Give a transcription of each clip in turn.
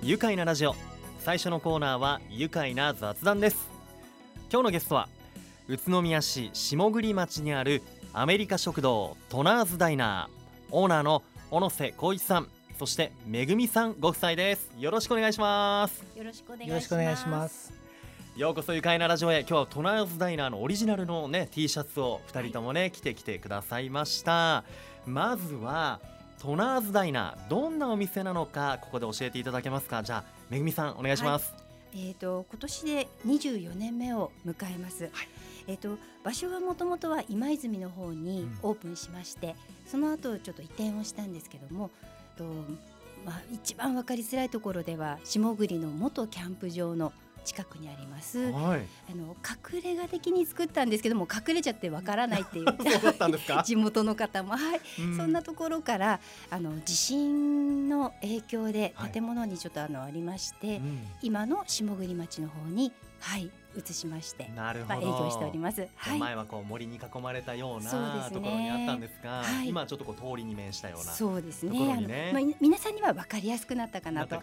愉快なラジオ。最初のコーナーは愉快な雑談です。今日のゲストは宇都宮市下栗町にあるアメリカ食堂トナーズダイナーオーナーの小野瀬光一さん、そしてめぐみさんご夫妻です。よろしくお願いします。 よろしくお願いします。 ようこそ愉快なラジオへ。今日はトナーズダイナーのオリジナルのね T シャツを2人ともね、着てくださいました。まずはトナーズダイナー、どんなお店なのかここで教えていただけますか。じゃあめぐみさんお願いします。 今年で24年目を迎えます。場所はもともとは今泉の方にオープンしまして、その後ちょっと移転をしたんですけども、一番分かりづらいところでは下栗の元キャンプ場の近くにあります、 はい、 隠れ家的に作ったんですけども、隠れちゃってわからないっていうそうだったんですか地元の方も、そんなところから地震の影響で建物にちょっとありまして、今の下栗町の方に移しまして、 なるほど、 営業しております。 前はこう森に囲まれたようなところにあったんですが、今はちょっとこう通りに面したようなそうですね、 ところにね、 皆さんには分かりやすくなったかなと。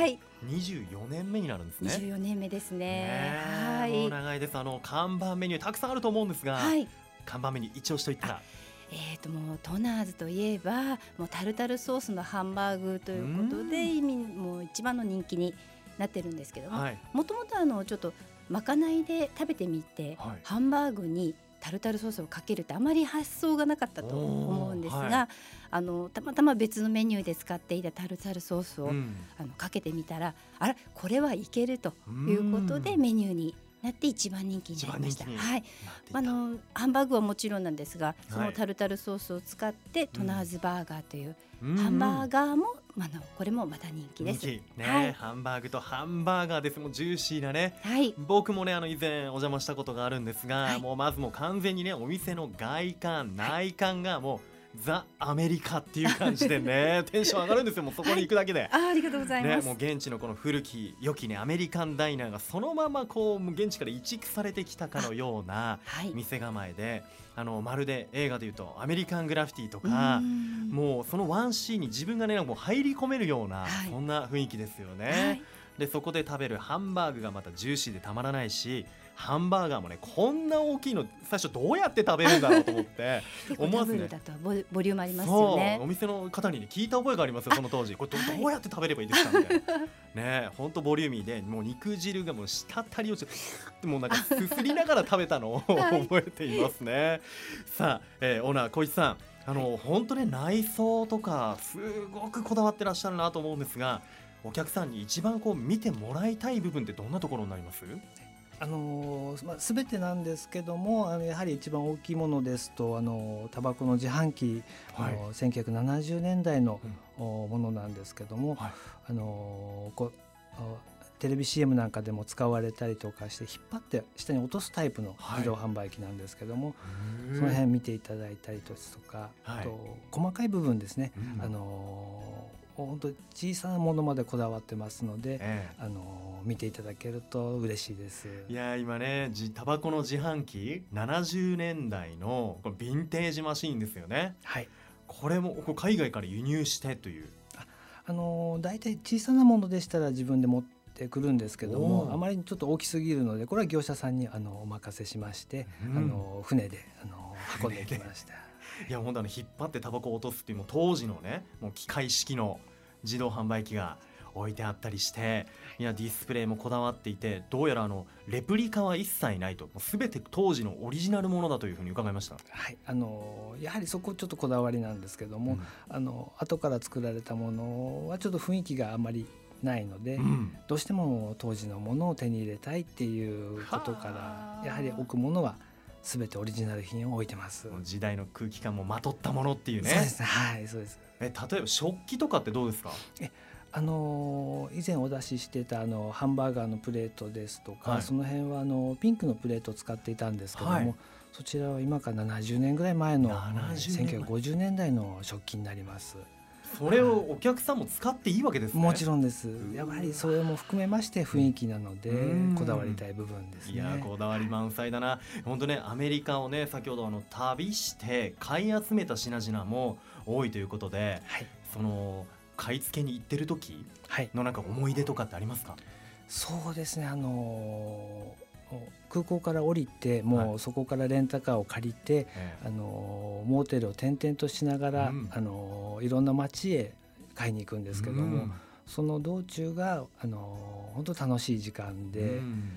24年目になるんですね。 24年目ですね。 もう長いです。看板メニューたくさんあると思うんですが、看板メニュー一応しといたら、 もうトナーズといえばもうタルタルソースのハンバーグということでもう一番の人気になってるんですけども、もともとちょっとまかないで食べてみて、ハンバーグにタルタルソースをかけるってあまり発想がなかったと思うんですが、たまたま別のメニューで使っていたタルタルソースを、かけてみたら、これはいけるということでメニューになって一番人気になりました。ハンバーグはもちろんなんですが、そのタルタルソースを使ってトナーズバーガーというハンバーガーもこれもまた人気です。 ハンバーグとハンバーガーです。もうジューシーなね、僕もね以前お邪魔したことがあるんですが、もうまずもう完全にねお店の外観内観がもうザ・アメリカっていう感じでねテンション上がるんですよ。もうそこに行くだけで、 ありがとうございます。 もう現地のこの古き良きねアメリカンダイナーがそのままこう現地から移築されてきたかのような店構えで、まるで映画でいうとアメリカングラフィティとか、もうそのワンシーンに自分がねもう入り込めるような、そんな雰囲気ですよね。でそこで食べるハンバーグがまたジューシーでたまらないし、ハンバーガーもねこんな大きいの最初どうやって食べるんだろうと思って思わずね、 ダブルだとボリュームありますよね。 お店の方に、ね、聞いた覚えがありますよ。その当時これどうやって食べればいいですかみたいなね、本当ボリューミーでもう肉汁がもう滴り落ちてもうなんかすすりながら食べたのを覚えていますね。さあ、オーナー小石さん、本当ね内装とかすごくこだわってらっしゃるなと思うんですが、お客さんに一番こう見てもらいたい部分ってどんなところになります？ 全てなんですけども、やはり一番大きいものですとタバコの自販機、1970年代のものなんですけども、テレビ CM なんかでも使われたりとかして引っ張って下に落とすタイプの自動販売機なんですけども、その辺見ていただいたりですとか、あと細かい部分ですね、本当小さなものまでこだわってますので、見ていただけると嬉しいです。 いや今ねタバコの自販機70年代のこれヴィンテージマシーンですよね。これも海外から輸入してという、 だいたい小さなものでしたら自分で持ってくるんですけども、あまりにちょっと大きすぎるのでこれは業者さんにお任せしまして、船で運んできました。 いや本当引っ張ってタバコを落とすっていうもう当時のねもう機械式の自動販売機が置いてあったりして、いやディスプレイもこだわっていて、どうやらレプリカは一切ないと、全て当時のオリジナルものだというふうに伺いました。 やはりそこちょっとこだわりなんですけども、後から作られたものはちょっと雰囲気があまりないので、どうしても当時のものを手に入れたいっていうことからやはり置くものは全てオリジナル品を置いてます。 時代の空気感もまとったものっていうね。 そうですね、そうです。 例えば食器とかってどうですか？ 以前お出ししてたハンバーガーのプレートですとか、その辺はピンクのプレートを使っていたんですけども、そちらは今から70年ぐらい前の1950年代の食器になります。 それをお客さんも使っていいわけですね。 もちろんです。やはりそれも含めまして雰囲気なのでこだわりたい部分ですね。 いやこだわり満載だな。本当ねアメリカをね先ほど旅して買い集めた品々も多いということで、その買い付けに行ってる時のなんか思い出とかってありますか？ そうですね、空港から降りてもうそこからレンタカーを借りて、モーテルを転々としながら、いろんな街へ買いに行くんですけども、その道中が本当楽しい時間で、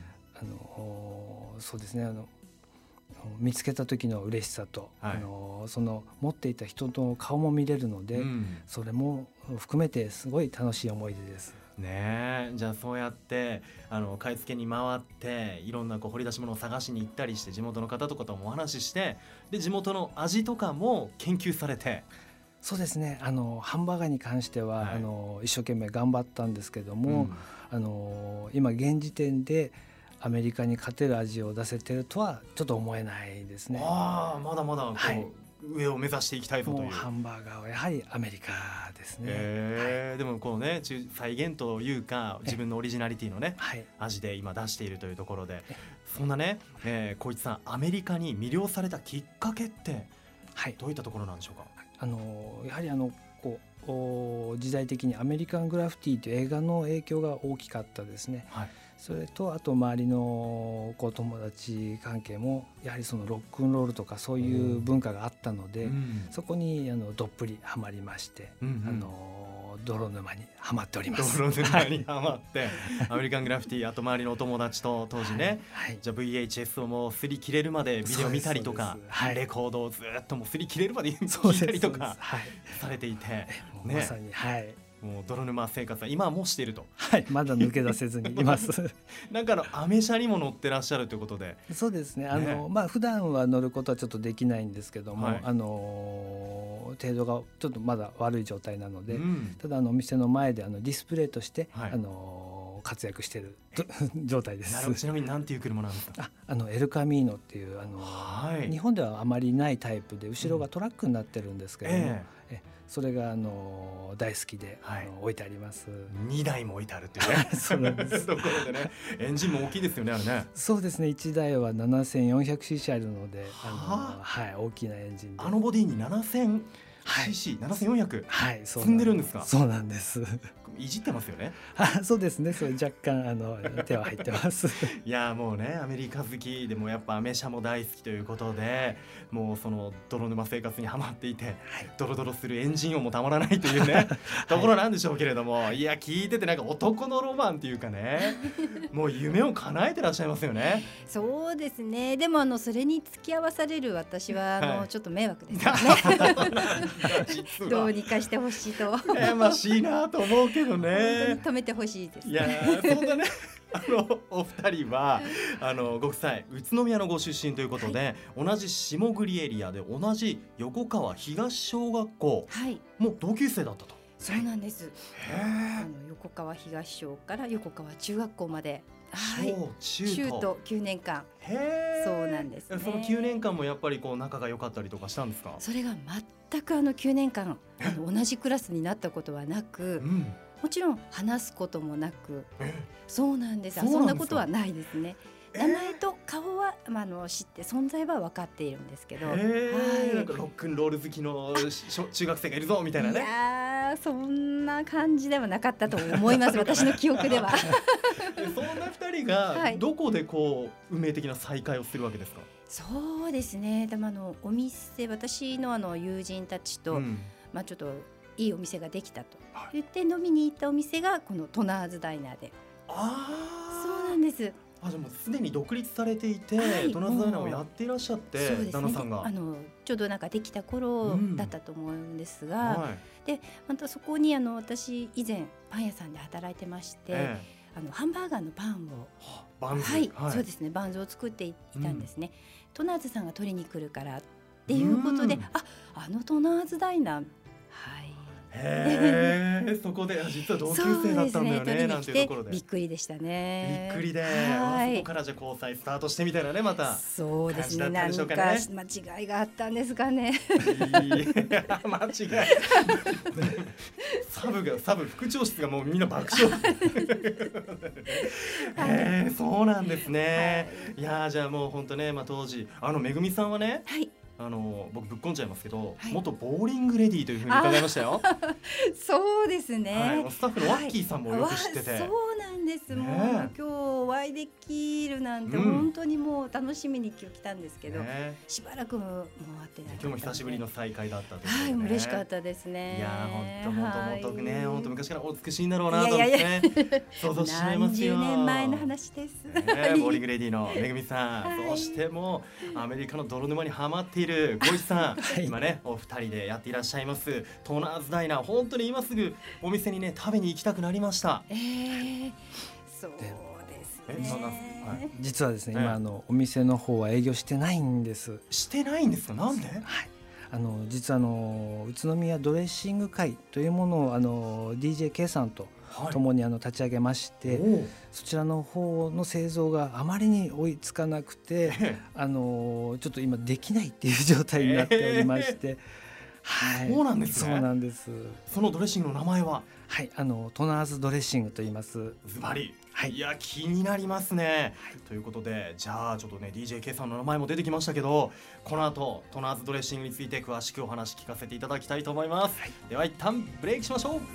そうですね、見つけた時の嬉しさと、その持っていた人の顔も見れるので、それも含めてすごい楽しい思い出ですね。じゃあそうやって買い付けに回っていろんな掘り出し物を探しに行ったりして、地元の方とかともお話しして、で地元の味とかも研究されて。 そうですね、ハンバーガーに関しては、一生懸命頑張ったんですけども、今現時点でアメリカに勝てる味を出せてるとはちょっと思えないですね。 まだまだ上を目指していきたいぞという。 ハンバーガーはやはりアメリカですね。 でもね、再現というか自分のオリジナリティのね、味で今出しているというところで、そんなね、光一さん、アメリカに魅了されたきっかけってどういったところなんでしょうか？ やはり時代的にアメリカングラフィティという映画の影響が大きかったですね。それとあと周りの友達関係もやはりそのロックンロールとかそういう文化があったので、そこにどっぷりハマりまして、泥沼にハマっております。 泥沼にハマってアメリカングラフィティ、あと周りのお友達と当時ね、じゃあ VHS をもう擦り切れるまでビデオ見たりとか、レコードをずっともう擦り切れるまで聞いたりとかされていて、 まさにもう泥沼生活は今はもうしていると。 まだ抜け出せずにいますなんかアメ車にも乗ってらっしゃるということで。 そうですね、普段は乗ることはちょっとできないんですけども、程度がちょっとまだ悪い状態なので、ただお店の前でディスプレイとして、活躍している状態です。 ちなみに何ていう車なんですか？ エルカミーノっていう日本ではあまりないタイプで、後ろがトラックになってるんですけども、それが大好きで、置いてあります。 2台も置いてあるっていうねそうなんですところでね、エンジンも大きいですよね、あれね。 そうですね、1台は 7400cc あるので、大きなエンジンで、 ボディに 7000cc、7400 積んでるんですか？ そうなんです。 いじってますよね。 そうですね、それ若干手は入ってますいやもうね、アメリカ好きでもやっぱアメ車も大好きということで、もうその泥沼生活にはまっていて、ドロドロするエンジン音もたまらないというねところなんでしょうけれども、いや聞いててなんか男のロマンっていうかねもう夢を叶えてらっしゃいますよね。 そうですね。でもそれに付き合わされる私はちょっと迷惑ですよねどうにかしてほしいと羨ましいなと思うけどね、 本当に止めてほしいです。 いやそうだねお二人はご夫妻宇都宮のご出身ということで、同じ下栗エリアで同じ横川東小学校、もう同級生だったと。 そうなんです。横川東小から横川中学校まで、中と9年間。そうなんですね。 その9年間もやっぱり仲が良かったりとかしたんですか？ それが全く9年間同じクラスになったことはなく、もちろん話すこともなく、そうなんです。そんなことはないですね。名前と顔は、知って存在は分かっているんですけど、 なんかロックンロール好きの中学生がいるぞみたいなね。 いやそんな感じではなかったと思います私の記憶ではそんな2人がどこで運命的な再会をするわけですか？ そうですね。でもお店、私の友人たちと、ちょっといいお店ができたと言って飲みに行ったお店がこのトナーズダイナーで。そうなんです。 じゃあもうすでに独立されていて、トナーズダイナーをやっていらっしゃって、旦那さんがちょうどできた頃だったと思うんですが、でまたそこに私以前パン屋さんで働いてまして、ハンバーガーのパンをそうですね、バンズを作っていたんですね。トナーズさんが取りに来るからっていうことで、トナーズダイナー、 そこで実は同級生だったんだよね、なんていうところでびっくりでしたね。 びっくりで、そこからじゃ交際スタートしてみたいなね、またそうですね、なんか間違いがあったんですかね。 間違いサブ副長室がもうみんな爆笑そうなんですね。いやじゃあもう本当ね、当時めぐみさんはね、 僕ぶっこんじゃいますけど、元ボーリングレディーというふうに伺いましたよ。 そうですね、 スタッフのワッキーさんもよく知ってて、 そうなんです、もう今日お会いできるなんて本当にもう楽しみに今日来たんですけど、しばらくもう会ってない。 今日も久しぶりの再会だったということで、 嬉しかったですね。 いや本当ね、本当昔からお美しいんだろうなと思ってね、想像しちゃいますよ。 何十年前の話です。 ボーリングレディーのめぐみさん、そしてもうアメリカの泥沼にはまっている小石さん、今ねお二人でやっていらっしゃいますトナーズダイナー、本当に今すぐお店にね食べに行きたくなりました。 そうですね。 実はですね、今お店の方は営業してないんです。 してないんですか？なんで？ 実は宇都宮ドレッシング会というものをDJK さんと共に立ち上げまして、そちらの方の製造があまりに追いつかなくてちょっと今できないっていう状態になっておりまして、 そうなんですね。 そうなんです。 そのドレッシングの名前はトナーズドレッシングと言います。 ズバリ、いや気になりますね。ということで、じゃあちょっとね DJK さんの名前も出てきましたけど、この後トナーズドレッシングについて詳しくお話聞かせていただきたいと思います。では一旦ブレイクしましょう。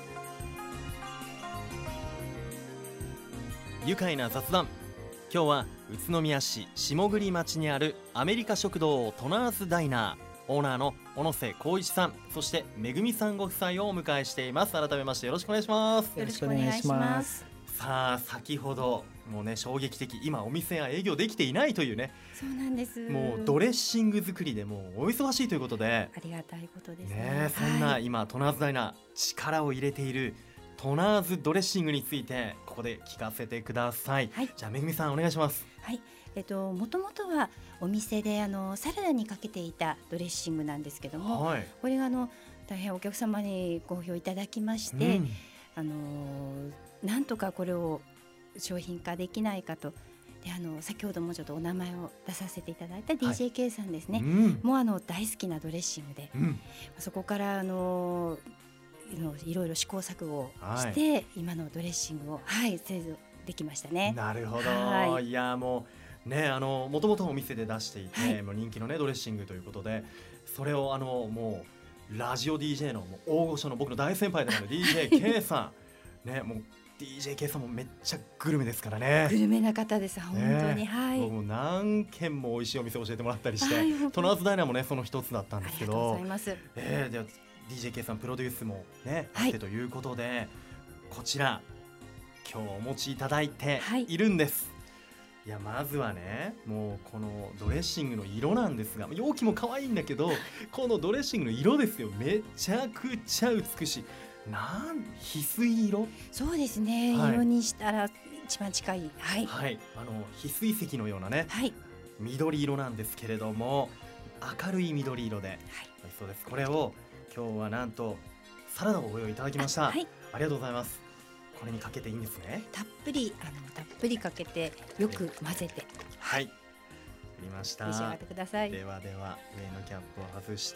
愉快な雑談。今日は宇都宮市下栗町にあるアメリカ食堂トナーズダイナー、オーナーの小野瀬光一さん、そしてめぐみさんご夫妻をお迎えしています。改めましてよろしくお願いします。 よろしくお願いします。 さあ先ほどもうね衝撃的、今お店が営業できていないというね。 そうなんです。 もうドレッシング作りでもうお忙しいということで、 ありがたいことですね。 そんな今トナーズダイナー力を入れているトナーズドレッシングについてここで聞かせてください。じゃあめぐみさんお願いします。 もともとはお店でサラダにかけていたドレッシングなんですけども、これが大変お客様に好評いただきまして、なんとかこれを商品化できないかと。で先ほどもちょっとお名前を出させていただいた DJK さんですね、もう大好きなドレッシングで、そこからいろいろ試行錯誤して、今のドレッシングを製造できましたね。 なるほど。いやもうねもともとお店で出していて、もう人気のねドレッシングということで、それをもうラジオ DJ のもう大御所の僕の大先輩である DJK さんね、もう DJK さんもめっちゃグルメですからね。 グルメな方です本当に。 僕も何軒も美味しいお店教えてもらったりして、トナーズダイナーもねその一つだったんですけど、 ありがとうございます。 では DJK さんプロデュースもねあってということで、こちら今日お持ちいただいているんです。いやまずはね、もうこのドレッシングの色なんですが、容器も可愛いんだけどこのドレッシングの色ですよ。めちゃくちゃ美しい。翡翠色。そうですね、 色にしたら一番近い。 翡翠石のようなね、緑色なんですけれども、明るい緑色で美味しそうです。これを今日はなんとサラダをご用意いただきました。ありがとうございます。これにかけていいんですね。 たっぷりかけてよく混ぜて、 振りました。 召し上がってください。 では上のキャップを外して、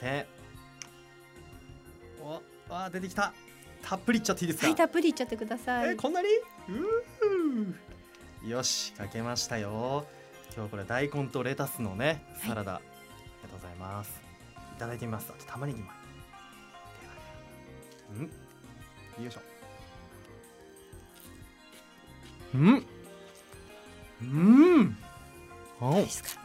出てきた。たっぷりいっちゃっていいですか？ たっぷりいっちゃってください。 こんなに？よし、かけましたよ。今日はこれ大根とレタスのねサラダ、ありがとうございます。いただいてみます。あと玉ねぎも。よいしょ。 どうですか？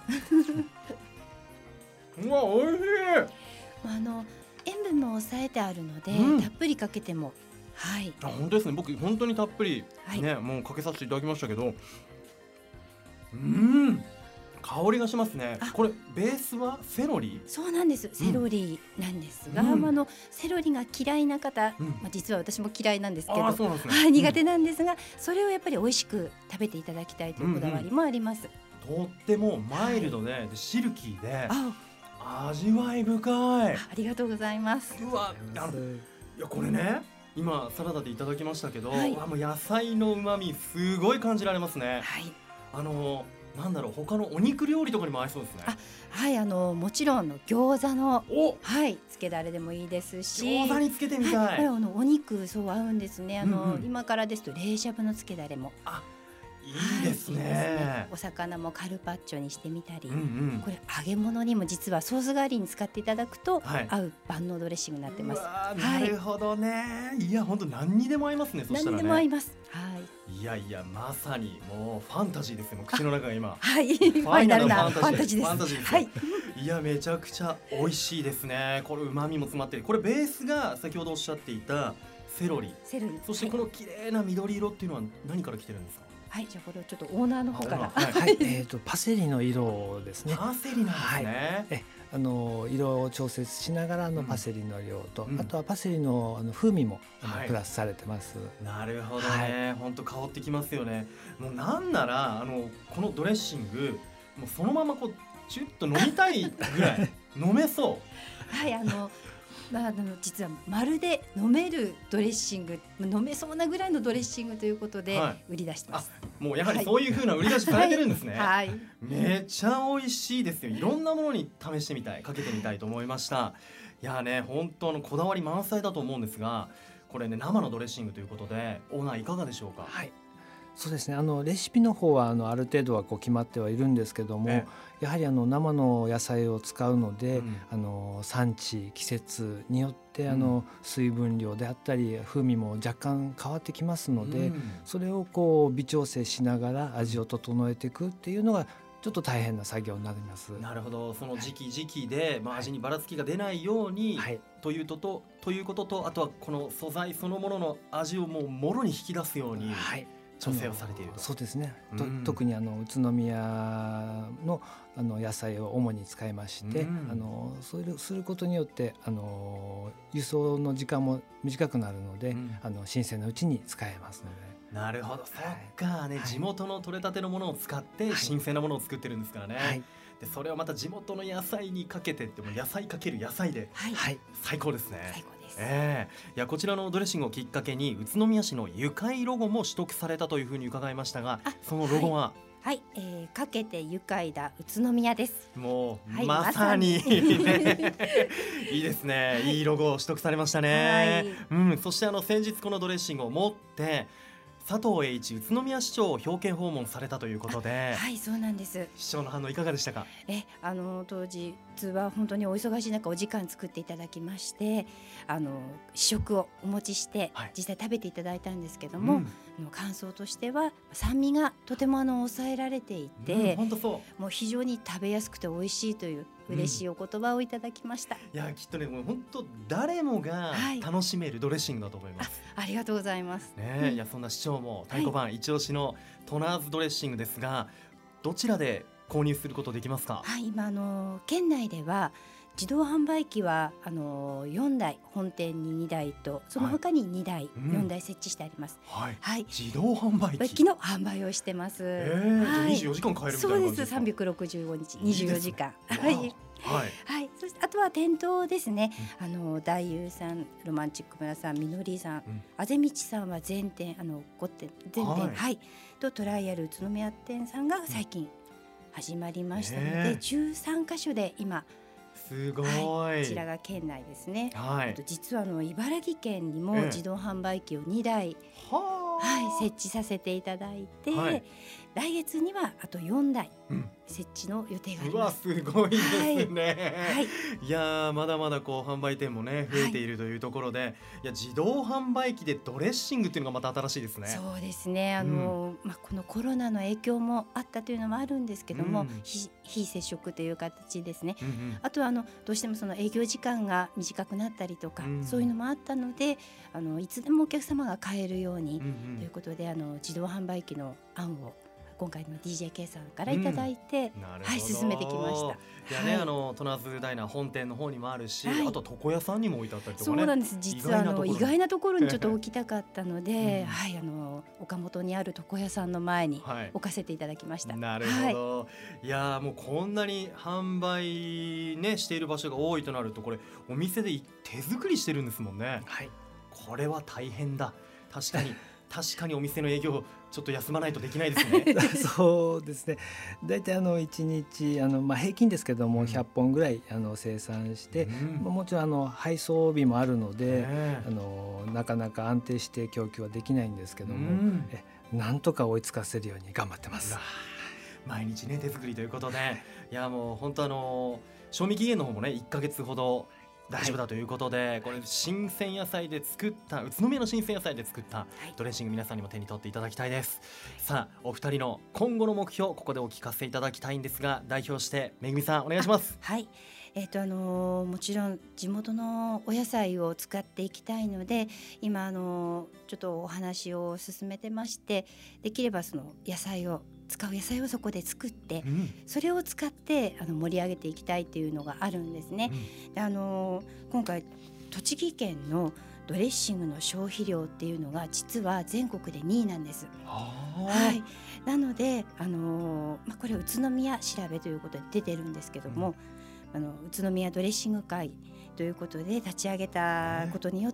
うわ、おいしい。 塩分も抑えてあるので、たっぷりかけても。 本当ですね。僕本当にたっぷりね、もうかけさせていただきましたけど、香りがしますね。これベースはセロリ？ そうなんです。セロリなんですが、セロリが嫌いな方、実は私も嫌いなんですけど、苦手なんですが、それをやっぱり美味しく食べていただきたいというこだわりもあります。 とってもマイルドでシルキーで味わい深い。 ありがとうございます。 いやこれね、今サラダでいただきましたけど、もう野菜の旨味すごい感じられますね。なんだろう、他のお肉料理とかにも合いそうですね。 もちろん餃子のつけだれでもいいですし、 餃子につけてみたい。 お肉そう合うんですね。今からですと冷しゃぶのつけだれもいいですね。 お魚もカルパッチョにしてみたり、これ揚げ物にも実はソース代わりに使っていただくと合う万能ドレッシングになってます。 なるほどね。いや本当何にでも合いますね。そしたらね。 何にでも合います。 いやいやまさにもうファンタジーですよ。口の中が今。 ファイナルなファンタジーです。 いやめちゃくちゃ美味しいですね。これ旨味も詰まってる。これベースが先ほどおっしゃっていたセロリ。そしてこの綺麗な緑色っていうのは何から来てるんですか？ じゃあこれをちょっとオーナーの方から。 パセリの色ですね。 パセリなんですね。 色を調節しながらパセリの量と、あとはパセリの風味もプラスされてます。 なるほどね。本当香ってきますよね。もうなんならこのドレッシングもうそのままこうチュッと飲みたいぐらい飲めそう。 実はまるで飲めるドレッシング、飲めそうなぐらいのドレッシングということで売り出してます。 もうやはりそういう風な売り出しされてるんですね。めちゃ美味しいですよ。いろんなものに試してみたい、かけてみたいと思いました。いやね、本当こだわり満載だと思うんですが、これね生のドレッシングということでオーナーいかがでしょうか？ そうですね、レシピの方はある程度は決まってはいるんですけども、やはり生の野菜を使うので、産地季節によって水分量であったり風味も若干変わってきますので、それを微調整しながら味を整えていくっていうのがちょっと大変な作業になります。 なるほど。その時期で、味にばらつきが出ないように、ということと、あとはこの素材そのものの味をもろに引き出すように、調整をされていると。 そうですね。特に宇都宮の野菜を主に使いまして、それをすることによって輸送の時間も短くなるので、新鮮なうちに使えますので。 なるほど。そっかね、地元の取れたてのものを使って新鮮なものを作ってるんですからね。でそれをまた地元の野菜にかけてっても野菜かける野菜で、最高ですね。 最高です。 いやこちらのドレッシングをきっかけに宇都宮市の愉快ロゴも取得されたというふうに伺いましたが、そのロゴはかけて愉快だ宇都宮です。 もう、まさにいいですね、いいロゴを取得されましたね。そして先日このドレッシングを持って佐藤栄一宇都宮市長を表敬訪問されたということで。 そうなんです。 市長の反応いかがでしたか？ 当日は本当にお忙しい中お時間作っていただきまして、試食をお持ちして実際食べていただいたんですけども、感想としては酸味がとても抑えられていて、もう非常に食べやすくて美味しいという嬉しいお言葉をいただきました。 いやきっとね、もう本当誰もが楽しめるドレッシングだと思います。 ありがとうございます。 いやそんな市長も太鼓判一押しのトナーズドレッシングですが、どちらで購入することできますか？ 今県内では自動販売機は4台、本店に2台とその他に2台、4台設置してあります。 自動販売機の販売をしてます。 24時間買えるみたいな感じですか？ そうです。365日24時間。そしてあとは店頭ですね。大友さん、ロマンチック村さん、みのりさん、あぜみちさんは全店5店全店とトライアル宇都宮店さんが最近始まりましたので、13カ所で今。 すごい。 こちらが県内ですね。実は茨城県にも自動販売機を2台設置させていただいて、来月にはあと4台設置の予定があります。 すごいですね。いやまだまだ販売店もね増えているというところで、いや自動販売機でドレッシングっていうのがまた新しいですね。 そうですね。このコロナの影響もあったというのもあるんですけども、非接触という形ですね。あとはどうしてもその営業時間が短くなったりとか、そういうのもあったので、いつでもお客様が買えるようにということで、自動販売機の案を今回の DJK さんからいただいて、進めてきました。 いやね、トナーズダイナー本店の方にもあるし、あと床屋さんにも置いてあったりとかね。 そうなんです。実は意外なところにちょっと置きたかったので、岡本にある床屋さんの前に置かせていただきました。 なるほど。いやもうこんなに販売ねしている場所が多いとなると、これお店で手作りしてるんですもんね。これは大変だ。確かに確かにお店の営業ちょっと休まないとできないですね。 そうですね。だいたい1日平均ですけども100本ぐらい生産して、もちろん配送日もあるので、なかなか安定して供給はできないんですけども、なんとか追いつかせるように頑張ってます。 毎日ね手作りということで、いやもう本当賞味期限の方もね1ヶ月ほど大丈夫だということで、これ新鮮野菜で作った宇都宮の新鮮野菜で作ったドレッシング、皆さんにも手に取っていただきたいです。さあお二人の今後の目標、ここでお聞かせいただきたいんですが、代表してめぐみさんお願いします。 はい、もちろん地元のお野菜を使っていきたいので、今ちょっとお話を進めてまして、できればその使う野菜をそこで作って、それを使って盛り上げていきたいというのがあるんですね。で今回栃木県のドレッシングの消費量っていうのが実は全国で2位なんです。はい、なので、これ宇都宮調べということで出てるんですけども、宇都宮ドレッシング会ということで立ち上げたことによって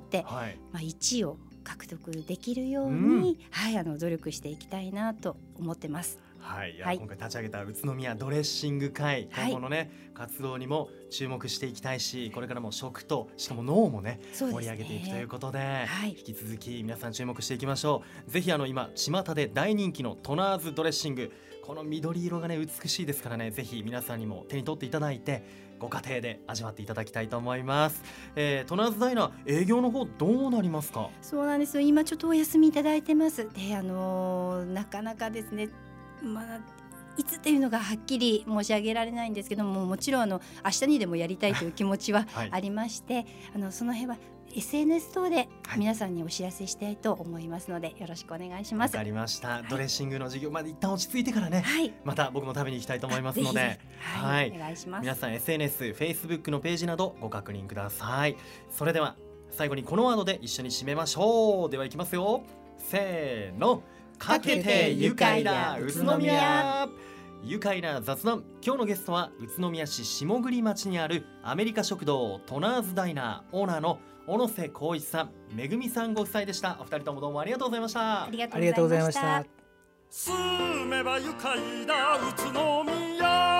、1位を獲得できるように、努力していきたいなと思ってます。 今回立ち上げた宇都宮ドレッシング会、今後のね活動にも注目していきたいし、これからも食としかも脳もね盛り上げていくということで、引き続き皆さん注目していきましょう。ぜひ今巷で大人気のトナーズドレッシング、この緑色がね美しいですからね、ぜひ皆さんにも手に取っていただいてご家庭で味わっていただきたいと思います。トナーズダイナー営業の方どうなりますか？ そうなんですよ、今ちょっとお休みいただいてます。でなかなかですね、いつっていうのがはっきり申し上げられないんですけども、もちろん明日にでもやりたいという気持ちはありまして、その辺はSNS 等で皆さんにお知らせしたいと思いますので、よろしくお願いします。 わかりました。ドレッシングの授業まで一旦落ち着いてからね、また僕も食べに行きたいと思いますので、 お願いします。 皆さん SNS、Facebook のページなどご確認ください。それでは最後にこのワードで一緒に締めましょう。ではいきますよ、せーの、かけて愉快な宇都宮。愉快な雑談、今日のゲストは宇都宮市下栗町にあるアメリカ食堂トナーズダイナーオーナーの小野瀬光一さん、めぐみさんご夫妻でした。お二人ともどうもありがとうございました。 ありがとうございました。 住めば愉快な宇都宮。